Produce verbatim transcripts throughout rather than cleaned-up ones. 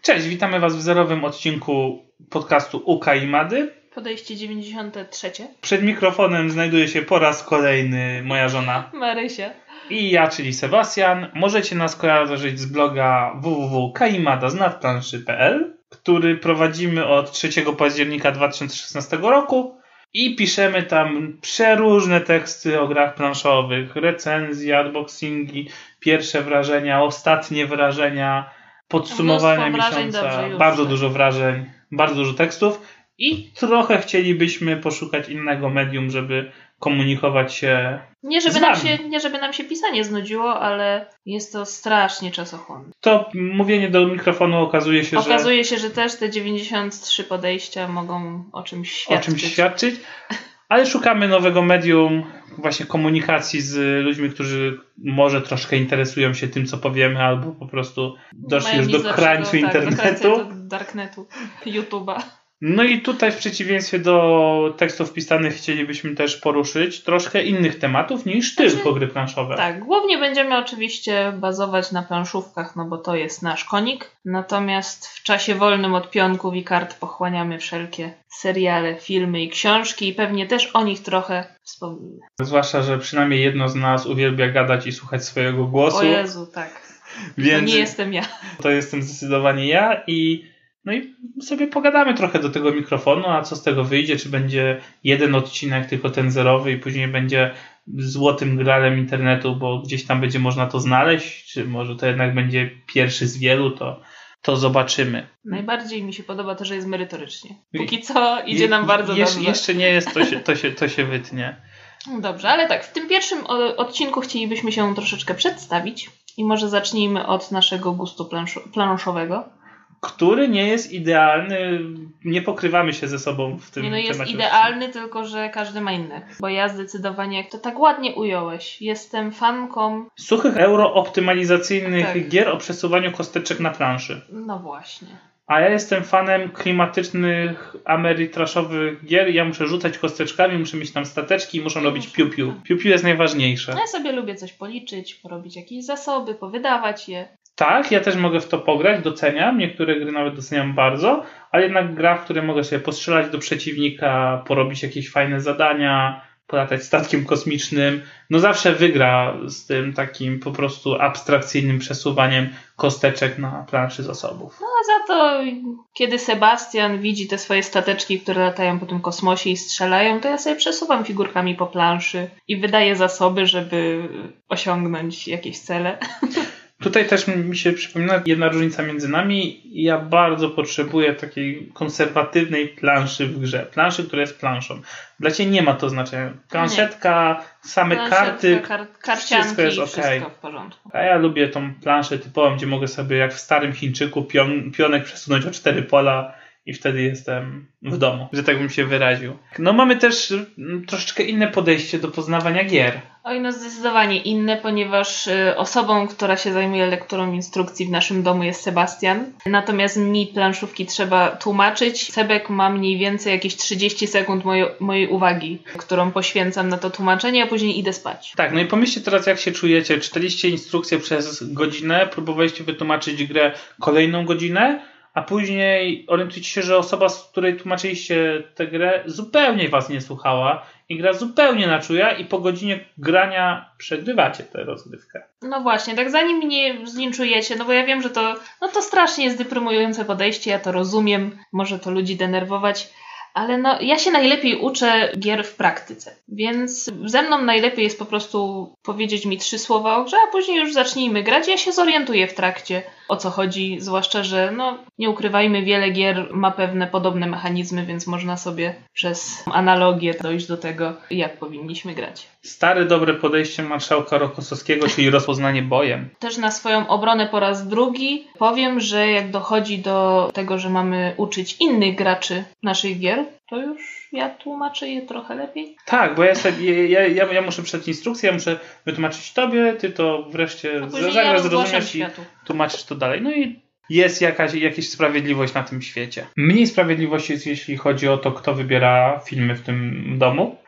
Cześć, witamy Was w zerowym odcinku podcastu Uka i Mady. Podejście dziewięćdziesiąte trzecie. Przed mikrofonem znajduje się po raz kolejny moja żona Marysia. I ja, czyli Sebastian. Możecie nas kojarzyć z bloga w w w kropka kaimada z nadplanszy kropka p l, który prowadzimy od trzeciego października dwa tysiące szesnastego roku i piszemy tam przeróżne teksty o grach planszowych, recenzje, unboxingi, pierwsze wrażenia, ostatnie wrażenia, podsumowania miesiąca, bardzo dużo wrażeń, bardzo dużo tekstów i trochę chcielibyśmy poszukać innego medium, żeby komunikować się nie żeby z nam wami. się, nie żeby nam się pisanie znudziło, ale jest to strasznie czasochłonne. To mówienie do mikrofonu okazuje się, okazuje że... Okazuje się, że też te dziewięćdziesiąt trzy podejścia mogą o czymś świadczyć. O czymś świadczyć, ale szukamy nowego medium właśnie komunikacji z ludźmi, którzy może troszkę interesują się tym, co powiemy, albo po prostu doszli już do krańcu internetu. Tak, do darknetu, YouTube'a. No i tutaj w przeciwieństwie do tekstów pisanych chcielibyśmy też poruszyć troszkę innych tematów niż znaczy, tylko gry planszowe. Tak, głównie będziemy oczywiście bazować na planszówkach, no bo to jest nasz konik. Natomiast w czasie wolnym od pionków i kart pochłaniamy wszelkie seriale, filmy i książki i pewnie też o nich trochę wspomnimy. Zwłaszcza, że przynajmniej jedno z nas uwielbia gadać i słuchać swojego głosu. O Jezu, tak. Więc to nie jestem ja. To jestem zdecydowanie ja i no i sobie pogadamy trochę do tego mikrofonu, a co z tego wyjdzie, czy będzie jeden odcinek, tylko ten zerowy i później będzie złotym gralem internetu, bo gdzieś tam będzie można to znaleźć, czy może to jednak będzie pierwszy z wielu, to, to zobaczymy. Najbardziej mi się podoba to, że jest merytorycznie. Póki co idzie Je, nam bardzo jeszcze, dobrze. Jeszcze nie jest, to się, to się, to się wytnie. Dobrze, ale tak, w tym pierwszym odcinku chcielibyśmy się troszeczkę przedstawić i może zacznijmy od naszego gustu planszu- planszowego. Który nie jest idealny, nie pokrywamy się ze sobą w tym nie, no jest temacie. Idealny, tylko że każdy ma inny. Bo ja zdecydowanie, jak to tak ładnie ująłeś, jestem fanką suchych euro-optymalizacyjnych tak. gier o przesuwaniu kosteczek na planszy. No właśnie. A ja jestem fanem klimatycznych, amerytraszowych gier i ja muszę rzucać kosteczkami, muszę mieć tam stateczki i muszą I robić piu-piu. Piu-piu jest najważniejsze. Ja sobie lubię coś policzyć, porobić jakieś zasoby, powydawać je. Tak, ja też mogę w to pograć, doceniam. Niektóre gry nawet doceniam bardzo, ale jednak gra, w której mogę sobie postrzelać do przeciwnika, porobić jakieś fajne zadania, polatać statkiem kosmicznym, no zawsze wygra z tym takim po prostu abstrakcyjnym przesuwaniem kosteczek na planszy zasobów. No a za to, kiedy Sebastian widzi te swoje stateczki, które latają po tym kosmosie i strzelają, to ja sobie przesuwam figurkami po planszy i wydaję zasoby, żeby osiągnąć jakieś cele. Tutaj też mi się przypomina jedna różnica między nami. Ja bardzo potrzebuję takiej konserwatywnej planszy w grze. Planszy, która jest planszą. Dla Ciebie nie ma to znaczenia. Planszetka, nie. same Planszetka, karty, kar- karcianki, wszystko jest okej. Wszystko w porządku. A ja lubię tą planszę typową, gdzie mogę sobie jak w starym Chińczyku pion, pionek przesunąć o cztery pola i wtedy jestem w domu, że tak bym się wyraził. No mamy też troszeczkę inne podejście do poznawania gier. Oj, no zdecydowanie inne, ponieważ y, osobą, która się zajmuje lekturą instrukcji w naszym domu jest Sebastian. Natomiast mi planszówki trzeba tłumaczyć. Sebek ma mniej więcej jakieś trzydzieści sekund moje, mojej uwagi, którą poświęcam na to tłumaczenie, a później idę spać. Tak, no i pomyślcie teraz, jak się czujecie. Czytaliście instrukcję przez godzinę, próbowaliście wytłumaczyć grę kolejną godzinę, a później orientujecie się, że osoba, z której tłumaczyliście tę grę, zupełnie was nie słuchała i gra zupełnie na czuja i po godzinie grania przegrywacie tę rozgrywkę. No właśnie, tak zanim mnie zlinczujecie, no bo ja wiem, że to, no to strasznie jest deprymujące podejście, ja to rozumiem, może to ludzi denerwować, ale no ja się najlepiej uczę gier w praktyce, więc ze mną najlepiej jest po prostu powiedzieć mi trzy słowa o grze, a później już zacznijmy grać. Ja się zorientuję w trakcie, o co chodzi, zwłaszcza, że no nie ukrywajmy, wiele gier ma pewne podobne mechanizmy, więc można sobie przez analogię dojść do tego, jak powinniśmy grać. Stare, dobre podejście marszałka Rokossowskiego, czyli rozpoznanie bojem. Też na swoją obronę po raz drugi powiem, że jak dochodzi do tego, że mamy uczyć innych graczy naszych gier, to już ja tłumaczę je trochę lepiej. Tak, bo ja, sobie, ja, ja, ja muszę przed instrukcję, ja muszę wytłumaczyć tobie, ty to wreszcie zagrasz, ja zrozumiesz i tłumaczysz to dalej. No i jest jakaś, jakaś sprawiedliwość na tym świecie. Mniej sprawiedliwości jest, jeśli chodzi o to, kto wybiera filmy w tym domu.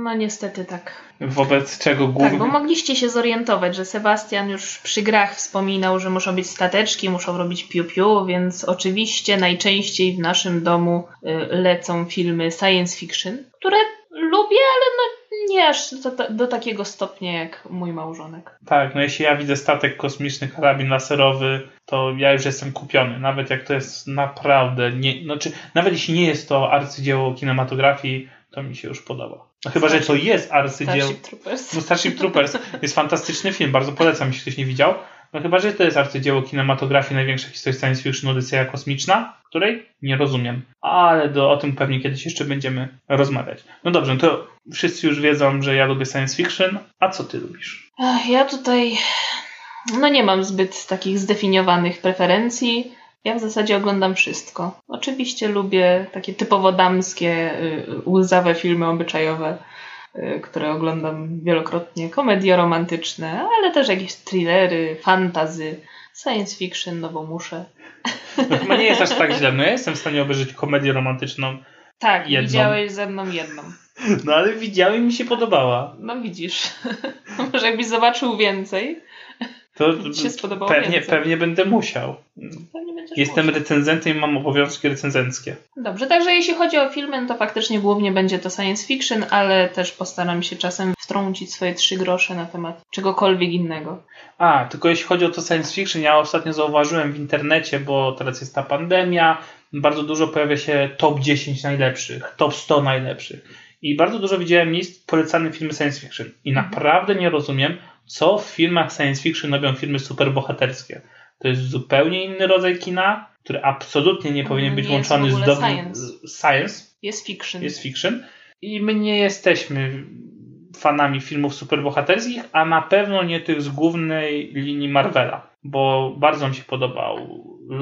No niestety tak. Wobec czego głównie... Tak, bo mogliście się zorientować, że Sebastian już przy grach wspominał, że muszą być stateczki, muszą robić piu-piu, więc oczywiście najczęściej w naszym domu y, lecą filmy science fiction, które lubię, ale no nie aż do, do takiego stopnia jak mój małżonek. Tak, no jeśli ja widzę statek kosmiczny, karabin laserowy, to ja już jestem kupiony. Nawet jak to jest naprawdę... Nie, znaczy, nawet jeśli nie jest to arcydzieło kinematografii, to mi się już podoba. No chyba, Starship, że to jest arcydzieło... Starship Troopers. No Starship Troopers jest fantastyczny film, bardzo polecam, jeśli ktoś nie widział. No chyba, że to jest arcydzieło kinematografii, największa historia science fiction, Odyseja kosmiczna, której nie rozumiem. Ale do, o tym pewnie kiedyś jeszcze będziemy rozmawiać. No dobrze, no to wszyscy już wiedzą, że ja lubię science fiction. A co ty lubisz? Ja tutaj no nie mam zbyt takich zdefiniowanych preferencji. Ja w zasadzie oglądam wszystko. Oczywiście lubię takie typowo damskie, łzawe filmy obyczajowe, które oglądam wielokrotnie, komedie romantyczne, ale też jakieś thrillery, fantasy, science fiction, no bo muszę. No chyba nie jest aż tak źle. No ja jestem w stanie obejrzeć komedię romantyczną. Tak, jedną. Widziałeś ze mną jedną. No ale widziałem i mi się podobała. No widzisz. Może jakbyś zobaczył więcej, to ci się spodobało pewnie, więcej. pewnie będę musiał. Pewnie będziesz Jestem musiał. recenzentem i mam obowiązki recenzenckie. Dobrze, także jeśli chodzi o filmy, no to faktycznie głównie będzie to science fiction, ale też postaram się czasem wtrącić swoje trzy grosze na temat czegokolwiek innego. A, tylko jeśli chodzi o to science fiction, ja ostatnio zauważyłem w internecie, bo teraz jest ta pandemia, bardzo dużo pojawia się top dziesięć najlepszych, top sto najlepszych. I bardzo dużo widziałem list polecanych filmy science fiction. I mhm. naprawdę nie rozumiem, co w filmach science fiction robią filmy superbohaterskie. To jest zupełnie inny rodzaj kina, który absolutnie nie powinien być nie łączony z dobrym... Science. science. Jest fiction. Jest fiction. I my nie jesteśmy fanami filmów superbohaterskich, a na pewno nie tych z głównej linii Marvela. Bo bardzo mi się podobał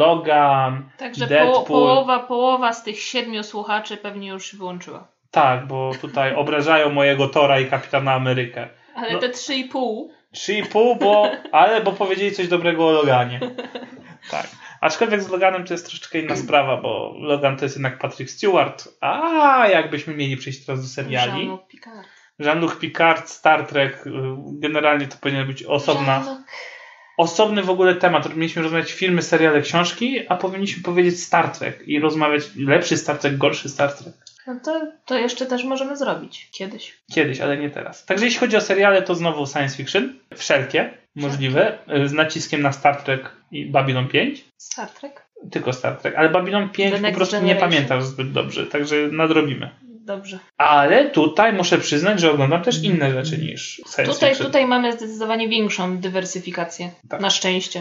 Logan, Także Deadpool. Po, połowa, połowa z tych siedmiu słuchaczy pewnie już wyłączyła. Tak, bo tutaj obrażają mojego Tora i Kapitana Amerykę. Ale no, te trzy i pół. Trzy i pół, bo, ale bo powiedzieli coś dobrego o Loganie. Tak. Aczkolwiek z Loganem to jest troszeczkę inna sprawa, bo Logan to jest jednak Patrick Stewart. A jakbyśmy mieli przejść teraz do seriali. Jean-Luc Picard. Jean-Luc Picard, Star Trek. Generalnie to powinien być osobna... Jean-Luc. Osobny w ogóle temat. Mieliśmy rozmawiać filmy, seriale, książki, a powinniśmy powiedzieć Star Trek i rozmawiać lepszy Star Trek, gorszy Star Trek. No to, to jeszcze też możemy zrobić. Kiedyś. Kiedyś, ale nie teraz. Także jeśli chodzi o seriale, to znowu science fiction. Wszelkie możliwe. Z naciskiem na Star Trek i Babylon pięć. Star Trek? Tylko Star Trek. Ale Babylon pięć po prostu nie pamiętam zbyt dobrze. Także nadrobimy. Dobrze. Ale tutaj muszę przyznać, że oglądam też inne rzeczy niż science tutaj, fiction. Tutaj mamy zdecydowanie większą dywersyfikację. Tak. Na szczęście.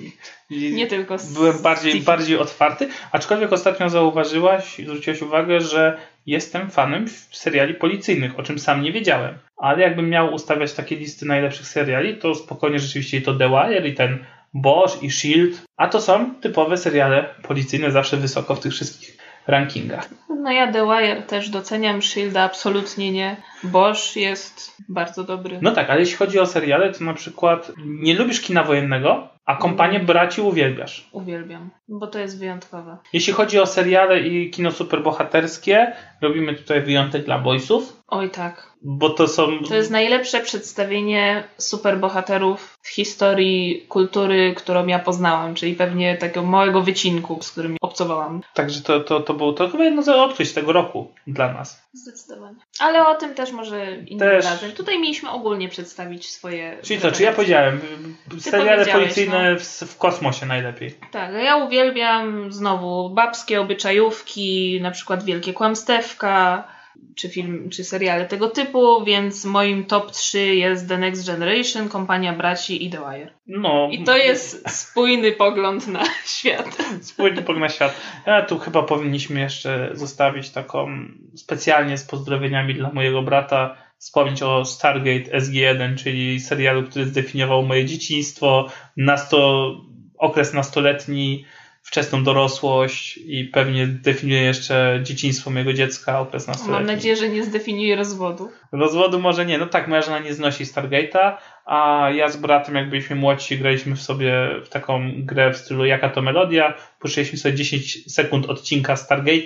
I nie tylko z Byłem bardziej, bardziej otwarty, aczkolwiek ostatnio zauważyłaś i zwróciłaś uwagę, że jestem fanem seriali policyjnych, o czym sam nie wiedziałem. Ale jakbym miał ustawiać takie listy najlepszych seriali, to spokojnie rzeczywiście i to The Wire, i ten Bosch, i Shield. A to są typowe seriale policyjne, zawsze wysoko w tych wszystkich rankingach. No ja The Wire też doceniam, Shielda absolutnie nie. Bosch jest bardzo dobry. No tak, ale jeśli chodzi o seriale, to na przykład nie lubisz kina wojennego, a Kompanię Braci uwielbiasz. Uwielbiam, bo to jest wyjątkowe. Jeśli chodzi o seriale i kino superbohaterskie, robimy tutaj wyjątek dla boysów. Oj tak. Bo to są... To jest najlepsze przedstawienie superbohaterów w historii kultury, którą ja poznałam, czyli pewnie takiego małego wycinku, z którym obcowałam. Także to, to, to było to chyba jedno z odkryć tego roku dla nas. Zdecydowanie. Ale o tym też może innym też... razem. Tutaj mieliśmy ogólnie przedstawić swoje... Czyli to, czy ja powiedziałem, Ty seriale policyjne no. w, w kosmosie najlepiej. Tak, ja uwielbiam znowu babskie obyczajówki, na przykład Wielkie Kłamstewka, czy film, czy seriale tego typu, więc moim top trzy jest The Next Generation, Kompania Braci i The Wire. No. I to jest spójny pogląd na świat. Spójny pogląd na świat. A tu chyba powinniśmy jeszcze zostawić taką specjalnie z pozdrowieniami dla mojego brata wspomnieć o Stargate S G jeden, czyli serialu, który zdefiniował moje dzieciństwo, nasto, okres nastoletni, wczesną dorosłość i pewnie definiuje jeszcze dzieciństwo mojego dziecka, okres nastoletni. Mam nadzieję, że nie zdefiniuje rozwodu. Rozwodu może nie. No tak, moja żona nie znosi Stargate'a, a ja z bratem, jak byliśmy młodsi, graliśmy w sobie w taką grę w stylu Jaka to melodia. Puszczaliśmy sobie dziesięć sekund odcinka Stargate'a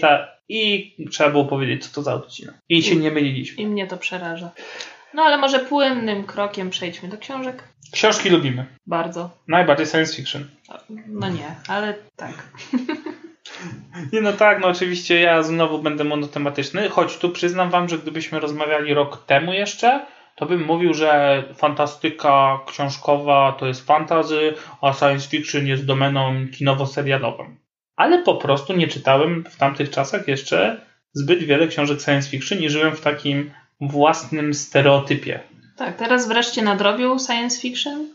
i trzeba było powiedzieć, co to za odcinek. I się nie myliliśmy. I mnie to przeraża. No ale może płynnym krokiem przejdźmy do książek. Książki lubimy. Bardzo. Najbardziej science fiction. No nie, ale tak. Nie no tak, no oczywiście ja znowu będę monotematyczny, choć tu przyznam wam, że gdybyśmy rozmawiali rok temu jeszcze, to bym mówił, że fantastyka książkowa to jest fantasy, a science fiction jest domeną kinowo-serialową. Ale po prostu nie czytałem w tamtych czasach jeszcze zbyt wiele książek science fiction i żyłem w takim własnym stereotypie. Tak, teraz wreszcie nadrobił science fiction,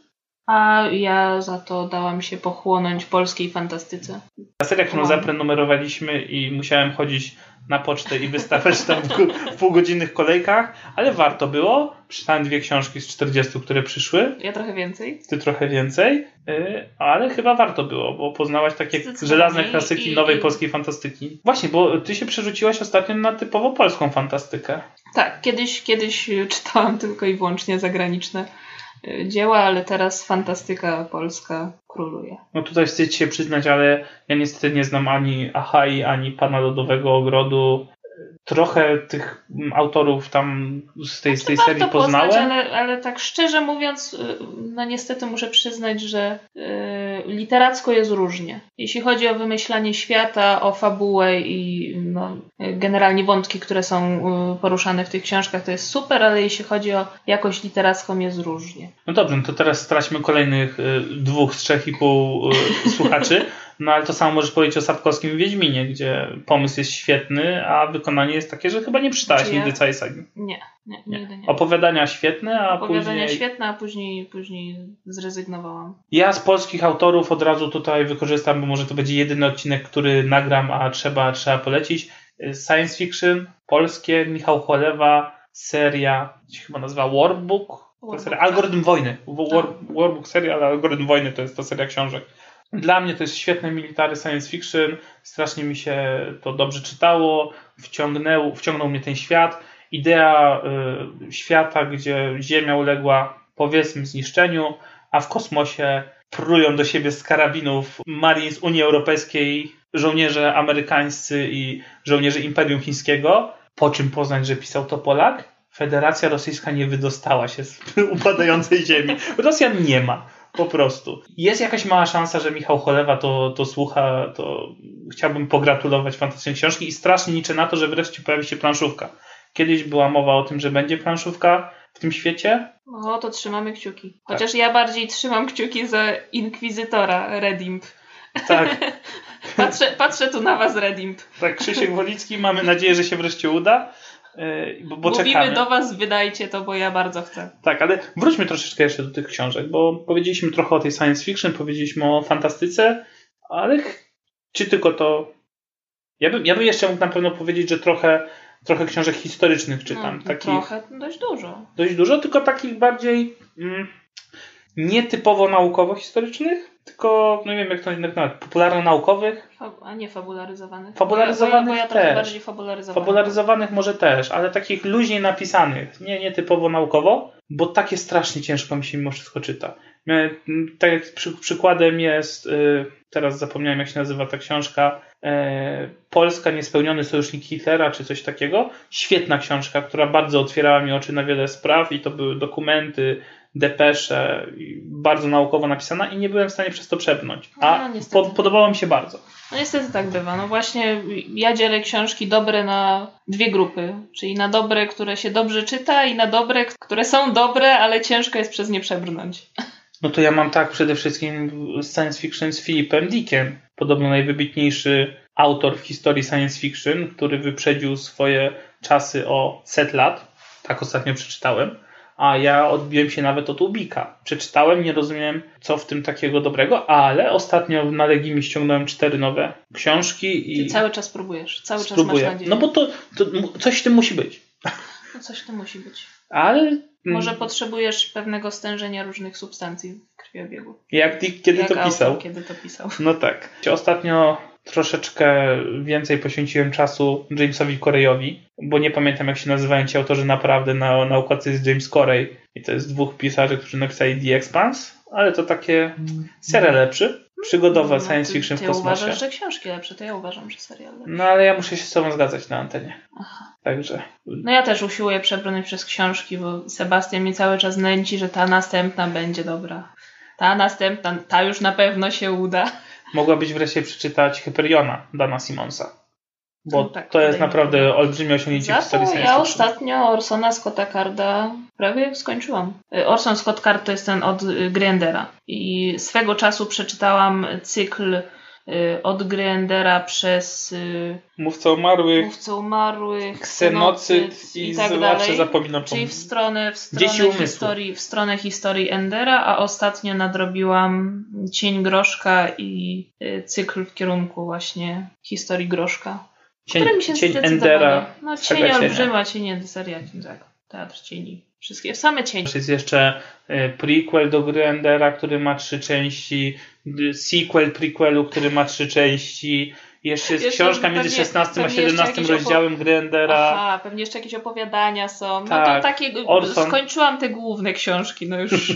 a ja za to dałam się pochłonąć polskiej fantastyce. Ta seria, którą zaprenumerowaliśmy i musiałem chodzić na pocztę i wystawiać tam w półgodzinnych kolejkach, ale warto było. Przeczytałem dwie książki z czterdziestu, które przyszły. Ja trochę więcej. Ty trochę więcej, ale chyba warto było, bo poznawać takie żelazne klasyki i, nowej i... polskiej fantastyki. Właśnie, bo ty się przerzuciłaś ostatnio na typowo polską fantastykę. Tak, kiedyś, kiedyś czytałam tylko i wyłącznie zagraniczne dzieła, ale teraz fantastyka polska króluje. No tutaj wstyd się przyznać, ale ja niestety nie znam ani Achai, ani Pana Lodowego Ogrodu. Trochę tych autorów tam z tej, z tej serii poznałem. Poznać, ale, ale tak szczerze mówiąc, no niestety muszę przyznać, że y, literacko jest różnie. Jeśli chodzi o wymyślanie świata, o fabułę i no, generalnie wątki, które są y, poruszane w tych książkach, to jest super, ale jeśli chodzi o jakość literacką, jest różnie. No dobrze, no to teraz straćmy kolejnych y, dwóch z trzech i pół y, słuchaczy. No ale to samo możesz powiedzieć o Sapkowskim Wiedźminie, gdzie pomysł jest świetny, a wykonanie jest takie, że chyba nie przeczytałaś nigdy ja... całej sagi. Nie, nie, nigdy nie. Opowiadania świetne, a Opowiadania później... świetne, a później, później zrezygnowałam. Ja z polskich autorów od razu tutaj wykorzystam, bo może to będzie jedyny odcinek, który nagram, a trzeba, trzeba polecić. Science fiction, polskie, Michał Cholewa, seria, się chyba nazywa Workbook. To seria, Algorytm Wojny. War, Workbook seria, ale Algorytm Wojny to jest to seria książek. Dla mnie to jest świetne military science fiction, strasznie mi się to dobrze czytało, wciągnęło, wciągnął mnie ten świat. Idea y, świata, gdzie Ziemia uległa, powiedzmy, zniszczeniu, a w kosmosie prują do siebie z karabinów Marines Unii Europejskiej, żołnierze amerykańscy i żołnierze Imperium Chińskiego, po czym poznać, że pisał to Polak. Federacja Rosyjska nie wydostała się z upadającej ziemi. Rosjan nie ma. Po prostu. Jest jakaś mała szansa, że Michał Cholewa to, to słucha, to chciałbym pogratulować fantastycznej książki i strasznie liczę na to, że wreszcie pojawi się planszówka. Kiedyś była mowa o tym, że będzie planszówka w tym świecie. No to trzymamy kciuki. Chociaż tak. Ja bardziej trzymam kciuki za Inkwizytora Redimp. Tak. patrzę, patrzę tu na was, Redimp. Tak, Krzysiek Wolicki, mamy nadzieję, że się wreszcie uda. Bo, bo Mówimy czekamy. do was, wydajcie to, bo ja bardzo chcę. Tak, ale wróćmy troszeczkę jeszcze do tych książek, bo powiedzieliśmy trochę o tej science fiction, powiedzieliśmy o fantastyce, ale czy tylko to... Ja bym, ja bym jeszcze mógł na pewno powiedzieć, że trochę, trochę książek historycznych czytam. No, takich, trochę, dość dużo. Dość dużo, tylko takich bardziej mm, nietypowo naukowo-historycznych, tylko, no nie wiem jak to jednak nawet, popularno-naukowych. A nie fabularyzowanych. Fabularyzowanych bo ja, bo ja też. trochę bardziej fabularyzowanych. Fabularyzowanych może też, ale takich luźniej napisanych, nie, nie typowo naukowo, bo takie strasznie ciężko mi się mimo wszystko czyta. Tak jak przy, przykładem jest, yy, teraz zapomniałem jak się nazywa ta książka, yy, Polska niespełniony sojusznik Hitlera, czy coś takiego. Świetna książka, która bardzo otwierała mi oczy na wiele spraw i to były dokumenty, depesze, bardzo naukowo napisana i nie byłem w stanie przez to przebrnąć. A no, po, podobało mi się bardzo. No niestety tak bywa. No właśnie ja dzielę książki dobre na dwie grupy. Czyli na dobre, które się dobrze czyta i na dobre, które są dobre, ale ciężko jest przez nie przebrnąć. No to ja mam tak przede wszystkim science fiction z Philipem Dickiem. Podobno najwybitniejszy autor w historii science fiction, który wyprzedził swoje czasy o set lat. Tak ostatnio przeczytałem. A ja odbiłem się nawet od Ubika. Przeczytałem, nie rozumiem, co w tym takiego dobrego, ale ostatnio na Legimi ściągnąłem cztery nowe książki i... Ty cały czas próbujesz, cały spróbuję. czas masz nadzieję. No bo to, to coś w tym musi być. No coś w tym musi być. Ale... Może potrzebujesz pewnego stężenia różnych substancji w krwiobiegu. Jak Dick kiedy Jak to autor, pisał. kiedy to pisał. No tak. Ostatnio troszeczkę więcej poświęciłem czasu Jamesowi Coreyowi, bo nie pamiętam jak się nazywają ci autorzy naprawdę, na, na okładce jest James Corey i to jest dwóch pisarzy, którzy napisali The Expanse, ale to takie serial lepszy. Przygodowe No, science ty, fiction ty w kosmosie. uważasz, że książki lepsze, to ja uważam, że serial lepszy. No ale ja muszę się z tobą zgadzać na antenie. Aha. Także. No ja też usiłuję przebrnąć przez książki, bo Sebastian mnie cały czas nęci, że ta następna będzie dobra. Ta następna, ta już na pewno się uda. Mogłabyś wreszcie przeczytać Hyperiona Dana Simonsa. Bo No tak, to jest podejmę. naprawdę olbrzymie osiągnięcie Za w historii to science ja fiction. ostatnio Orsona Scotta Carda prawie skończyłam. Orson Scott Card to jest ten od Grendera. I swego czasu przeczytałam cykl od Grendera przez Mówca umarłych, Mówcę umarłych, Ksenocyt i, i tak zawsze dalej. zapominam. Czyli w stronę, w Dzieci stronę umysłu. historii, w stronę historii Endera, a ostatnio nadrobiłam Cień Groszka i y, cykl w kierunku właśnie historii Groszka. Cień, który mi się cień zdecydowanie... Endera. No Saga Cień Cienia. Olbrzyma, Cień seria, tak. Teatr Cieni. Wszystkie, same cienie. Jest jeszcze y, prequel do gry Endera, który ma trzy części, y, sequel prequelu, który ma trzy części. Jeszcze jest Jeszcze książka między pewnie- szesnastym a pewnie jeszcze siedemnastym jakieś rozdziałem gry Endera. Aha, pewnie jeszcze jakieś opowiadania są. No Tak. to takie... Orson. Skończyłam te główne książki, no już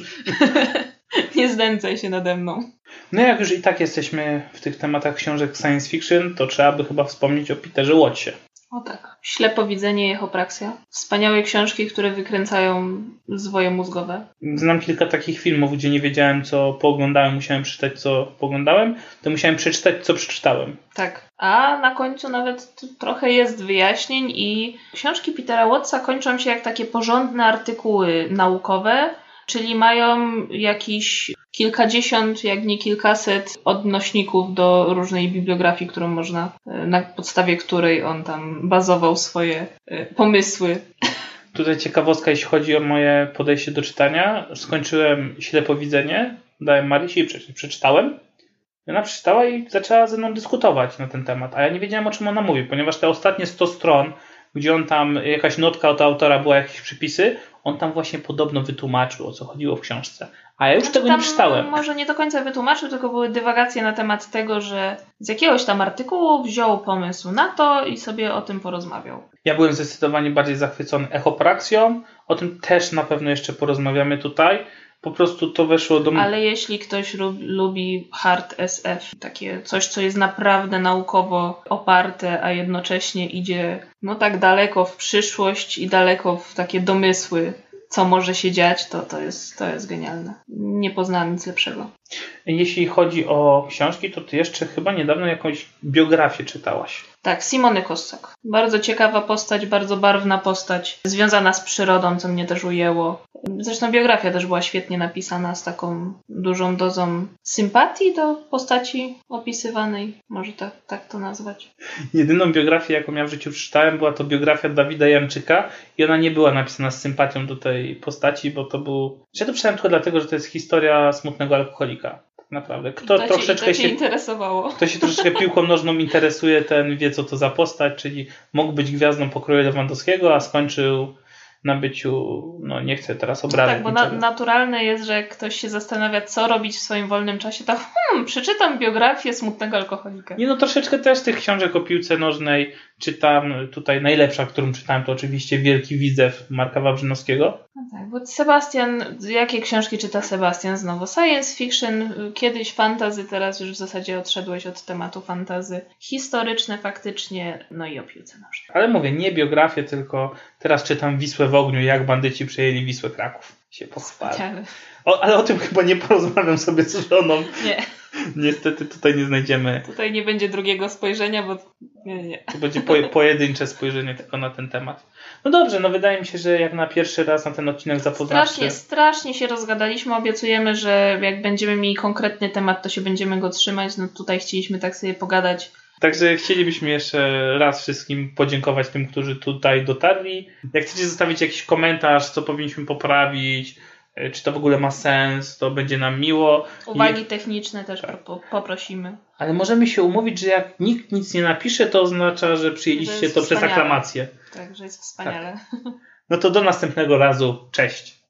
nie znęcaj się nade mną. No jak już i tak jesteśmy w tych tematach książek science fiction, to trzeba by chyba wspomnieć o Peterze Watsie. O tak. Ślepowidzenie i echopraksja. Wspaniałe książki, które wykręcają zwoje mózgowe. Znam kilka takich filmów, gdzie nie wiedziałem, co pooglądałem, musiałem przeczytać, co pooglądałem, to musiałem przeczytać, co przeczytałem. Tak. A na końcu nawet t- trochę jest wyjaśnień i książki Petera Wattsa kończą się jak takie porządne artykuły naukowe, czyli mają jakiś kilkadziesiąt, jak nie kilkaset odnośników do różnej bibliografii, którą można, na podstawie której on tam bazował swoje y, pomysły. Tutaj ciekawostka, jeśli chodzi o moje podejście do czytania. Skończyłem Ślepowidzenie, dałem Marysi i prze- przeczytałem. I ona przeczytała i zaczęła ze mną dyskutować na ten temat, a ja nie wiedziałem, o czym ona mówi, ponieważ te ostatnie sto stron, gdzie on tam, jakaś notka od autora była, jakieś przypisy, on tam właśnie podobno wytłumaczył, o co chodziło w książce. A ja już Znaczy, tego tam nie czytałem. Może nie do końca wytłumaczył, tylko były dywagacje na temat tego, że z jakiegoś tam artykułu wziął pomysł na to i sobie o tym porozmawiał. Ja byłem zdecydowanie bardziej zachwycony echopraksją, o tym też na pewno jeszcze porozmawiamy tutaj. Po prostu to weszło do mnie. Ale jeśli ktoś lub, lubi hard S F, takie coś, co jest naprawdę naukowo oparte, a jednocześnie idzie no tak daleko w przyszłość i daleko w takie domysły, co może się dziać, to, to, jest, to jest genialne. Nie poznałam nic lepszego. Jeśli chodzi o książki, to ty jeszcze chyba niedawno jakąś biografię czytałaś. Tak, Simony Kossak. Bardzo ciekawa postać, bardzo barwna postać, związana z przyrodą, co mnie też ujęło. Zresztą biografia też była świetnie napisana, z taką dużą dozą sympatii do postaci opisywanej. Może tak, tak to nazwać. Jedyną biografię, jaką ja w życiu przeczytałem, była to biografia Dawida Janczyka i ona nie była napisana z sympatią do tej postaci, bo to był... Ja to przeczytałem tylko dlatego, że to jest historia smutnego alkoholika. Tak naprawdę. Kto to troszeczkę cię, to cię się... interesowało. Kto się troszeczkę piłką nożną interesuje, ten wie, co to za postać, czyli mógł być gwiazdą pokroju Lewandowskiego, a skończył na byciu, no nie chcę teraz obrażać. Tak, bo na, naturalne jest, że jak ktoś się zastanawia, co robić w swoim wolnym czasie, to hmm, przeczytam biografię smutnego alkoholika. Nie, no troszeczkę też tych książek o piłce nożnej czytam. Tutaj najlepsza, którą czytałem, to oczywiście Wielki Widzew Marka Wawrzynowskiego. No tak, bo Sebastian, jakie książki czyta Sebastian znowu? Science fiction, kiedyś fantasy, teraz już w zasadzie odszedłeś od tematu fantasy. Historyczne faktycznie, no i o piłce nożnej. Ale mówię, nie biografię, tylko teraz czytam Wisłę w ogniu, jak bandyci przejęli Wisłę Kraków. Się pochwalę. O, ale o tym chyba nie porozmawiam sobie z żoną. Nie. Niestety tutaj nie znajdziemy. Tutaj nie będzie drugiego spojrzenia, bo nie, nie. To będzie po, pojedyncze spojrzenie tylko na ten temat. No dobrze, no wydaje mi się, że jak na pierwszy raz na ten odcinek zapoznawczy... Strasznie, strasznie się rozgadaliśmy. Obiecujemy, że jak będziemy mieli konkretny temat, to się będziemy go trzymać. No tutaj chcieliśmy tak sobie pogadać. Także chcielibyśmy jeszcze raz wszystkim podziękować tym, którzy tutaj dotarli. Jak chcecie zostawić jakiś komentarz, co powinniśmy poprawić, czy to w ogóle ma sens, to będzie nam miło. Uwagi I... techniczne też po, poprosimy. Ale możemy się umówić, że jak nikt nic nie napisze, to oznacza, że przyjęliście to wspaniale. przez aklamację. Tak, że jest wspaniale. Tak. No to do następnego razu. Cześć.